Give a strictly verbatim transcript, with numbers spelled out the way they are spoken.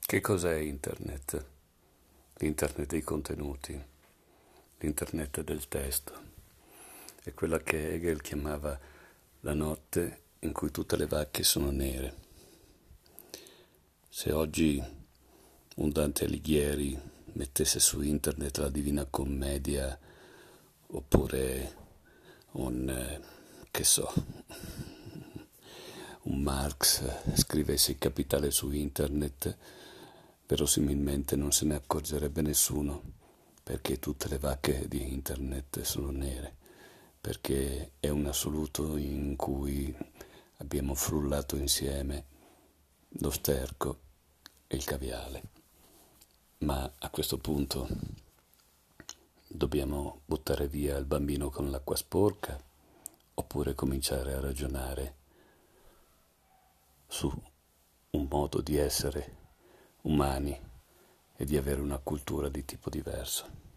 Che cos'è Internet? L'Internet dei contenuti, l'Internet del testo. È quella che Hegel chiamava la notte in cui tutte le vacche sono nere. Se oggi un Dante Alighieri mettesse su Internet la Divina Commedia oppure un, eh, che so, un Marx scrivesse il Capitale su Internet, verosimilmente non se ne accorgerebbe nessuno, perché tutte le vacche di Internet sono nere, perché è un assoluto in cui abbiamo frullato insieme lo sterco e il caviale. Ma a questo punto dobbiamo buttare via il bambino con l'acqua sporca oppure cominciare a ragionare su un modo di essere umani e di avere una cultura di tipo diverso.